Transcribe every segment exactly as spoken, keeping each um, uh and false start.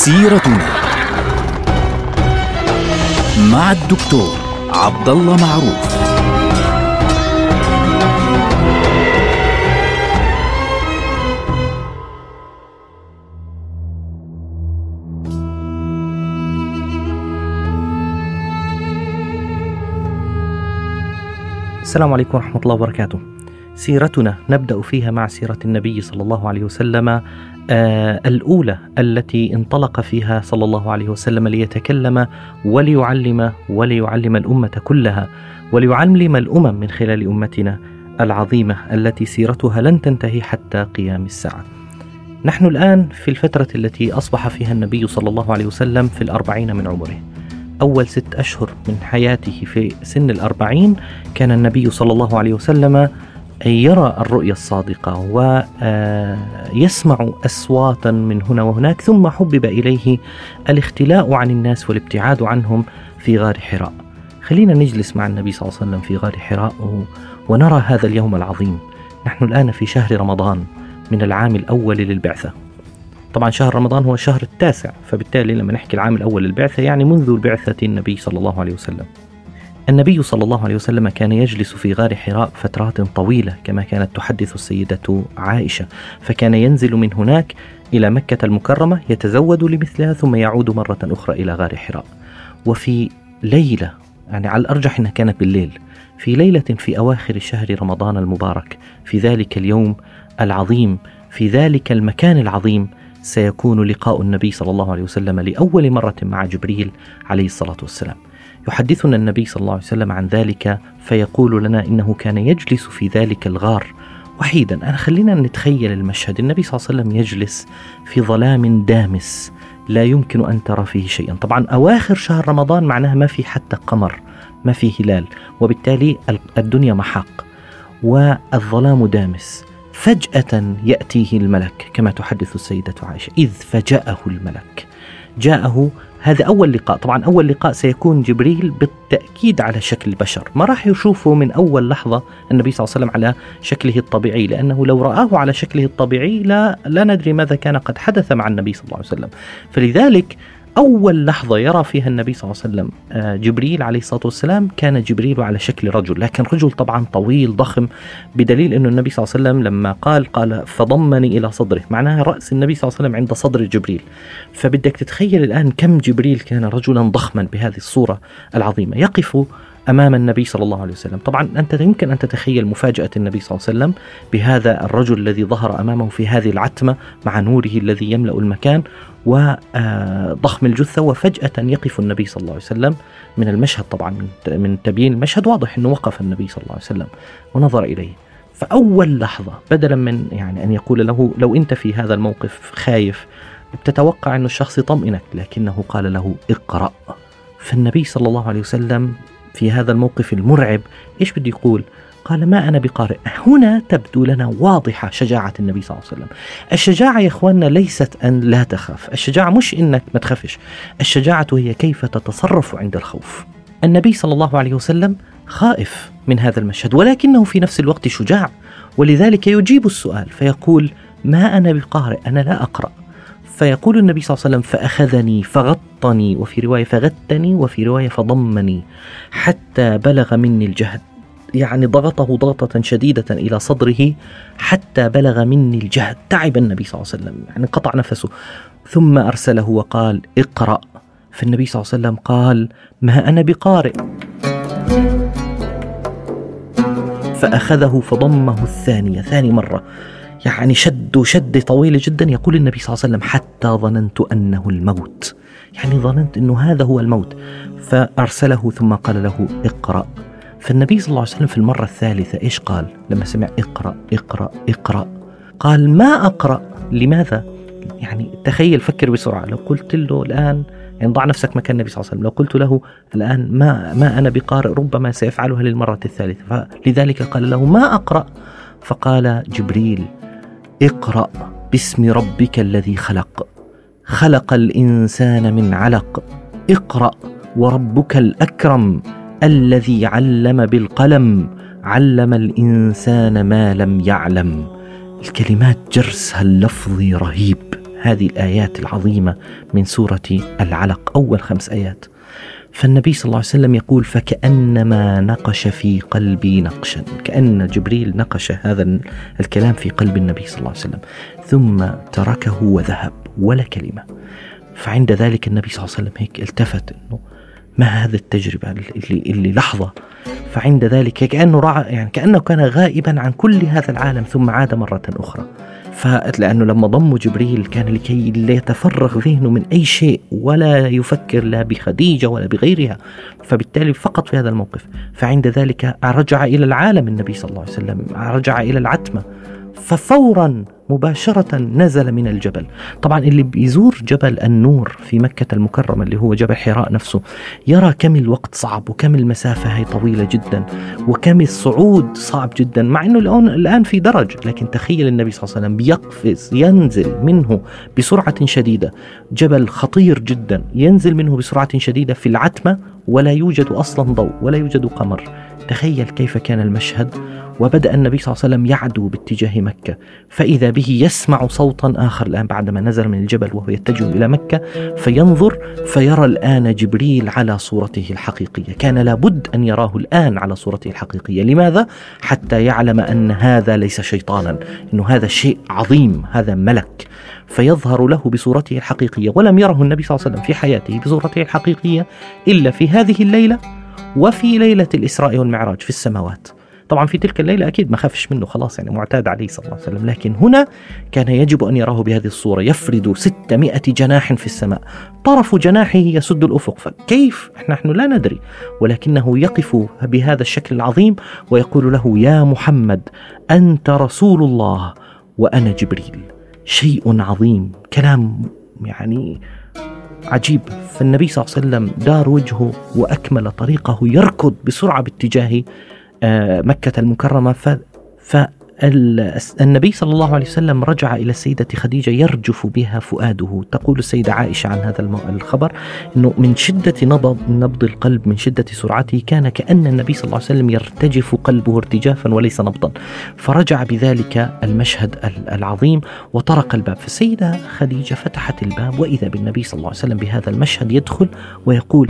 سيرتنا مع الدكتور عبد الله معروف. السلام عليكم ورحمة الله وبركاته. سيرتنا نبدأ فيها مع سيرة النبي صلى الله عليه وسلم آه الأولى التي انطلق فيها صلى الله عليه وسلم ليتكلم وليعلم وليعلم الأمة كلها وليعلم الأمم من خلال أمتنا العظيمة التي سيرتها لن تنتهي حتى قيام الساعة. نحن الآن في الفترة التي أصبح فيها النبي صلى الله عليه وسلم في الأربعين من عمره. أول ست أشهر من حياته في سن الأربعين كان النبي صلى الله عليه وسلم يرى الرؤيا الصادقة ويسمع أصواتا من هنا وهناك، ثم حبب إليه الاختلاء عن الناس والابتعاد عنهم في غار حراء. خلينا نجلس مع النبي صلى الله عليه وسلم في غار حراء ونرى هذا اليوم العظيم. نحن الآن في شهر رمضان من العام الأول للبعثة. طبعا شهر رمضان هو الشهر التاسع، فبالتالي لما نحكي العام الأول للبعثة يعني منذ بعثة النبي صلى الله عليه وسلم. النبي صلى الله عليه وسلم كان يجلس في غار حراء فترات طويلة كما كانت تحدث السيدة عائشة، فكان ينزل من هناك إلى مكة المكرمة يتزود لمثلها ثم يعود مرة أخرى إلى غار حراء. وفي ليلة، يعني على الأرجح أنها كانت بالليل، في ليلة في أواخر شهر رمضان المبارك، في ذلك اليوم العظيم في ذلك المكان العظيم سيكون لقاء النبي صلى الله عليه وسلم لأول مرة مع جبريل عليه الصلاة والسلام. يحدثنا النبي صلى الله عليه وسلم عن ذلك فيقول لنا إنه كان يجلس في ذلك الغار وحيدا. أنا خلينا نتخيل المشهد. النبي صلى الله عليه وسلم يجلس في ظلام دامس لا يمكن أن ترى فيه شيئا. طبعا أواخر شهر رمضان معناها ما في حتى قمر، ما في هلال، وبالتالي الدنيا محاق والظلام دامس. فجأة يأتيه الملك كما تحدث السيدة عائشة، إذ فجأه الملك. جاءه، هذا أول لقاء. طبعا أول لقاء سيكون جبريل بالتأكيد على شكل بشر، ما راح يشوفه من أول لحظة النبي صلى الله عليه وسلم على شكله الطبيعي، لأنه لو رآه على شكله الطبيعي لا, لا ندري ماذا كان قد حدث مع النبي صلى الله عليه وسلم. فلذلك أول لحظة يرى فيها النبي صلى الله عليه وسلم جبريل عليه الصلاة والسلام كان جبريل على شكل رجل، لكن رجل طبعا طويل ضخم، بدليل أن النبي صلى الله عليه وسلم لما قال قال فضمني إلى صدره، معناها رأس النبي صلى الله عليه وسلم عند صدر جبريل. فبدك تتخيل الآن كم جبريل كان رجلا ضخما بهذه الصورة العظيمة يقف أمام النبي صلى الله عليه وسلم. طبعا أنت يمكن أن تتخيل مفاجأة النبي صلى الله عليه وسلم بهذا الرجل الذي ظهر أمامه في هذه العتمة مع نوره الذي يملأ المكان وضخم الجثة، وفجأة يقف النبي صلى الله عليه وسلم. من المشهد طبعا من تبيين المشهد واضح أنه وقف النبي صلى الله عليه وسلم ونظر إليه. فأول لحظة بدلا من يعني أن يقول له لو أنت في هذا الموقف خايف بتتوقع أن الشخص يطمئنك، لكنه قال له اقرأ. فالنبي صلى الله عليه وسلم في هذا الموقف المرعب إيش بده يقول؟ قال ما أنا بقارئ. هنا تبدو لنا واضحة شجاعة النبي صلى الله عليه وسلم. الشجاعة يا إخواننا ليست أن لا تخاف، الشجاعة مش إنك ما تخافش، الشجاعة هي كيف تتصرف عند الخوف. النبي صلى الله عليه وسلم خائف من هذا المشهد ولكنه في نفس الوقت شجاع، ولذلك يجيب السؤال فيقول ما أنا بقارئ، أنا لا أقرأ. فيقول النبي صلى الله عليه وسلم فأخذني فغطني، وفي رواية فغتني، وفي رواية فضمني حتى بلغ مني الجهد، يعني ضغطه ضغطة شديدة إلى صدره حتى بلغ مني الجهد. تعب النبي صلى الله عليه وسلم، يعني قطع نفسه، ثم أرسله وقال اقرأ. فالنبي صلى الله عليه وسلم قال ما أنا بقارئ. فأخذه فضمه الثانية، ثاني مرة، يعني شد شد طويل جدا. يقول النبي صلى الله عليه وسلم حتى ظننت أنه الموت، يعني ظننت أنه هذا هو الموت. فأرسله ثم قال له اقرأ. فالنبي صلى الله عليه وسلم في المرة الثالثة إيش قال لما سمع اقرأ اقرأ اقرأ؟ قال ما أقرأ. لماذا؟ يعني تخيل، فكر بسرعة، لو قلت له الآن، يعني ضع نفسك مكان النبي صلى الله عليه وسلم، لو قلت له الآن ما, ما أنا بقارئ ربما سيفعلها للمرة الثالثة، فلذلك قال له ما أقرأ. فقال جبريل اقرأ باسم ربك الذي خلق خلق الإنسان من علق اقرأ وربك الأكرم الذي علم بالقلم علم الإنسان ما لم يعلم. الكلمات جرسها اللفظي رهيب، هذه الآيات العظيمة من سورة العلق، أول خمس آيات. فالنبي صلى الله عليه وسلم يقول: فكأنما نقش في قلبي نقشا، كأن جبريل نقش هذا الكلام في قلب النبي صلى الله عليه وسلم، ثم تركه وذهب ولا كلمة. فعند ذلك النبي صلى الله عليه وسلم هيك التفت إنه ما هذا التجربة اللي, اللي لحظة. فعند ذلك كأنه رأى، يعني كأنه كان غائبا عن كل هذا العالم ثم عاد مرة أخرى. فلأنه لما ضموا جبريل كان لكي لا يتفرغ ذهنه من أي شيء ولا يفكر لا بخديجة ولا بغيرها، فبالتالي فقط في هذا الموقف. فعند ذلك رجع إلى العالم النبي صلى الله عليه وسلم، رجع إلى العتمة، ففورا مباشرة نزل من الجبل. طبعا اللي بيزور جبل النور في مكة المكرمة اللي هو جبل حراء نفسه يرى كم الوقت صعب وكم المسافة هي طويلة جدا وكم الصعود صعب جدا، مع أنه الآن في درج. لكن تخيل النبي صلى الله عليه وسلم بيقفز ينزل منه بسرعة شديدة، جبل خطير جدا ينزل منه بسرعة شديدة في العتمة ولا يوجد أصلا ضوء ولا يوجد قمر. تخيل كيف كان المشهد. وبدأ النبي صلى الله عليه وسلم يعدو باتجاه مكة، فإذا به يسمع صوتا آخر الآن بعدما نزل من الجبل وهو يتجه إلى مكة، فينظر فيرى الآن جبريل على صورته الحقيقية. كان لابد أن يراه الآن على صورته الحقيقية. لماذا؟ حتى يعلم أن هذا ليس شيطانا، إنه هذا شيء عظيم، هذا ملك. فيظهر له بصورته الحقيقية، ولم يره النبي صلى الله عليه وسلم في حياته بصورته الحقيقية إلا في هذه الليلة وفي ليلة الإسراء والمعراج في السماوات. طبعا في تلك الليلة أكيد ما خافش منه، خلاص يعني معتاد عليه صلى الله عليه وسلم. لكن هنا كان يجب أن يراه بهذه الصورة، يفرد ستمائة جناح في السماء، طرف جناحه يسد الأفق. فكيف؟ نحن لا ندري، ولكنه يقف بهذا الشكل العظيم ويقول له: يا محمد أنت رسول الله وأنا جبريل. شيء عظيم، كلام يعني عجيب. فالنبي صلى الله عليه وسلم دار وجهه وأكمل طريقه يركض بسرعة باتجاه مكة المكرمة. فالنبي صلى الله عليه وسلم رجع إلى السيدة خديجة يرجف بها فؤاده. تقول السيدة عائشة عن هذا الخبر أنه من شدة نبض نبض القلب، من شدة سرعته، كان كأن النبي صلى الله عليه وسلم يرتجف قلبه ارتجافا وليس نبضا. فرجع بذلك المشهد العظيم وطرق الباب. فالسيدة خديجة فتحت الباب وإذا بالنبي صلى الله عليه وسلم بهذا المشهد يدخل ويقول: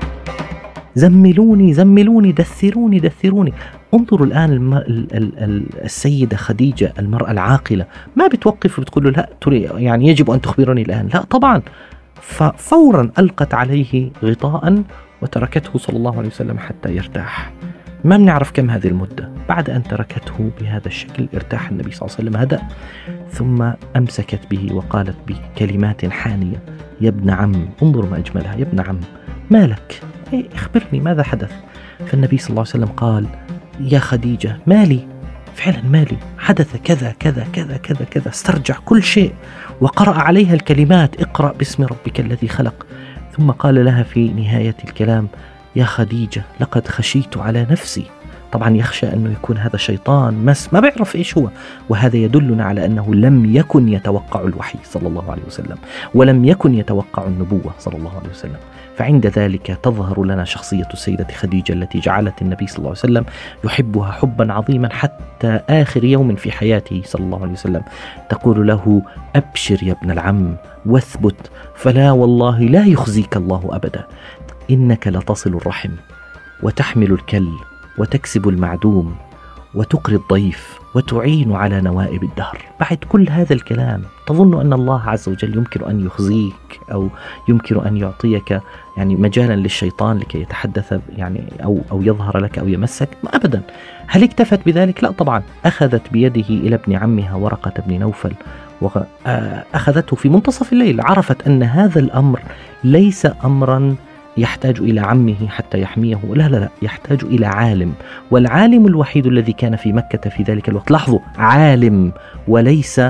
زملوني زملوني دثروني دثروني. انظروا الآن الم... ال... ال... السيدة خديجة المرأة العاقلة ما بتوقف وبتقول له لا تري يعني يجب أن تخبرني الآن، لا طبعا. ففورا ألقت عليه غطاء وتركته صلى الله عليه وسلم حتى يرتاح. ما بنعرف كم هذه المدة. بعد أن تركته بهذا الشكل ارتاح النبي صلى الله عليه وسلم، هدأ، ثم أمسكت به وقالت بكلمات حانية: يا ابن عم. انظروا ما أجملها، يا ابن عم ما لك؟ إيه اخبرني ماذا حدث. فالنبي صلى الله عليه وسلم قال: يا خديجة مالي، فعلا مالي، حدث كذا كذا كذا كذا كذا. استرجع كل شيء وقرأ عليها الكلمات: اقرأ باسم ربك الذي خلق. ثم قال لها في نهاية الكلام: يا خديجة لقد خشيت على نفسي. طبعا يخشى أنه يكون هذا شيطان مس، ما بيعرف إيش هو. وهذا يدلنا على أنه لم يكن يتوقع الوحي صلى الله عليه وسلم، ولم يكن يتوقع النبوة صلى الله عليه وسلم. فعند ذلك تظهر لنا شخصية السيدة خديجة التي جعلت النبي صلى الله عليه وسلم يحبها حبا عظيما حتى آخر يوم في حياته صلى الله عليه وسلم. تقول له: أبشر يا ابن العم واثبت، فلا والله لا يخزيك الله أبدا، إنك لتصل الرحم وتحمل الكل وتكسب المعدوم وتقري الضيف وتعين على نوائب الدهر. بعد كل هذا الكلام تظن أن الله عز وجل يمكن أن يخزيك أو يمكن أن يعطيك يعني مجالا للشيطان لكي يتحدث يعني أو, أو يظهر لك أو يمسك؟ ما أبدا. هل اكتفت بذلك؟ لا طبعا. أخذت بيده إلى ابن عمها ورقة بن نوفل وأخذته في منتصف الليل. عرفت أن هذا الأمر ليس أمرا يحتاج إلى عمه حتى يحميه، لا لا لا، يحتاج إلى عالم، والعالم الوحيد الذي كان في مكة في ذلك الوقت، لاحظوا، عالم وليس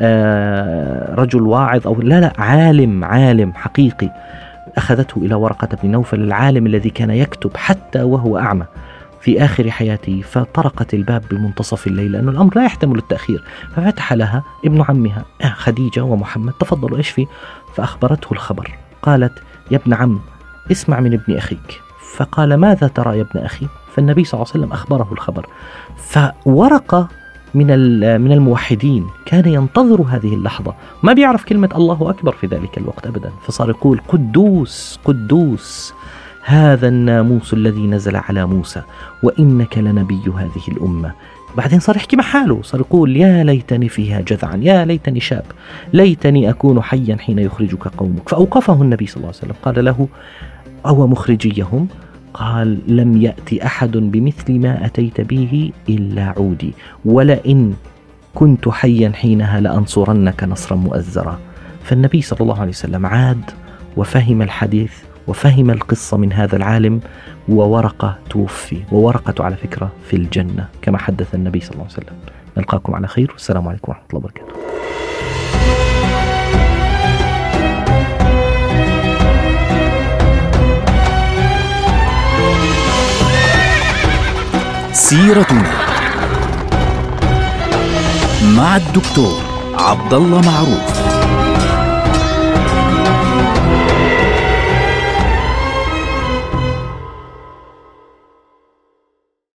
آه رجل واعظ أو لا لا، عالم عالم حقيقي. أخذته إلى ورقة بن نوفل، العالم الذي كان يكتب حتى وهو أعمى في آخر حياته. فطرقت الباب بمنتصف الليل لأن الأمر لا يحتمل التأخير. ففتح لها ابن عمها خديجة ومحمد: تفضلوا إيش في؟ فأخبرته الخبر. قالت: يا ابن عم اسمع من ابن أخيك. فقال: ماذا ترى يا ابن أخي؟ فالنبي صلى الله عليه وسلم أخبره الخبر. فورقة من من الموحدين كان ينتظر هذه اللحظة، ما بيعرف كلمة الله أكبر في ذلك الوقت أبدا، فصار يقول قدوس قدوس هذا الناموس الذي نزل على موسى وإنك لنبي هذه الأمة. بعدين صار يحكي مع حاله، صار يقول يا ليتني فيها جذعا، يا ليتني شاب، ليتني أكون حيا حين يخرجك قومك. فأوقفه النبي صلى الله عليه وسلم قال له أو مخرجيهم؟ قال لم يأتي أحد بمثل ما أتيت به إلا عودي، ولئن كنت حيا حينها لأنصرنك نصرا مؤزرا. فالنبي صلى الله عليه وسلم عاد وفهم الحديث وفهم القصة من هذا العالم، وورقة توفي، وورقة على فكرة في الجنة كما حدث النبي صلى الله عليه وسلم. نلقاكم على خير، والسلام عليكم ورحمة الله وبركاته. سيرتنا مع الدكتور عبد الله معروف.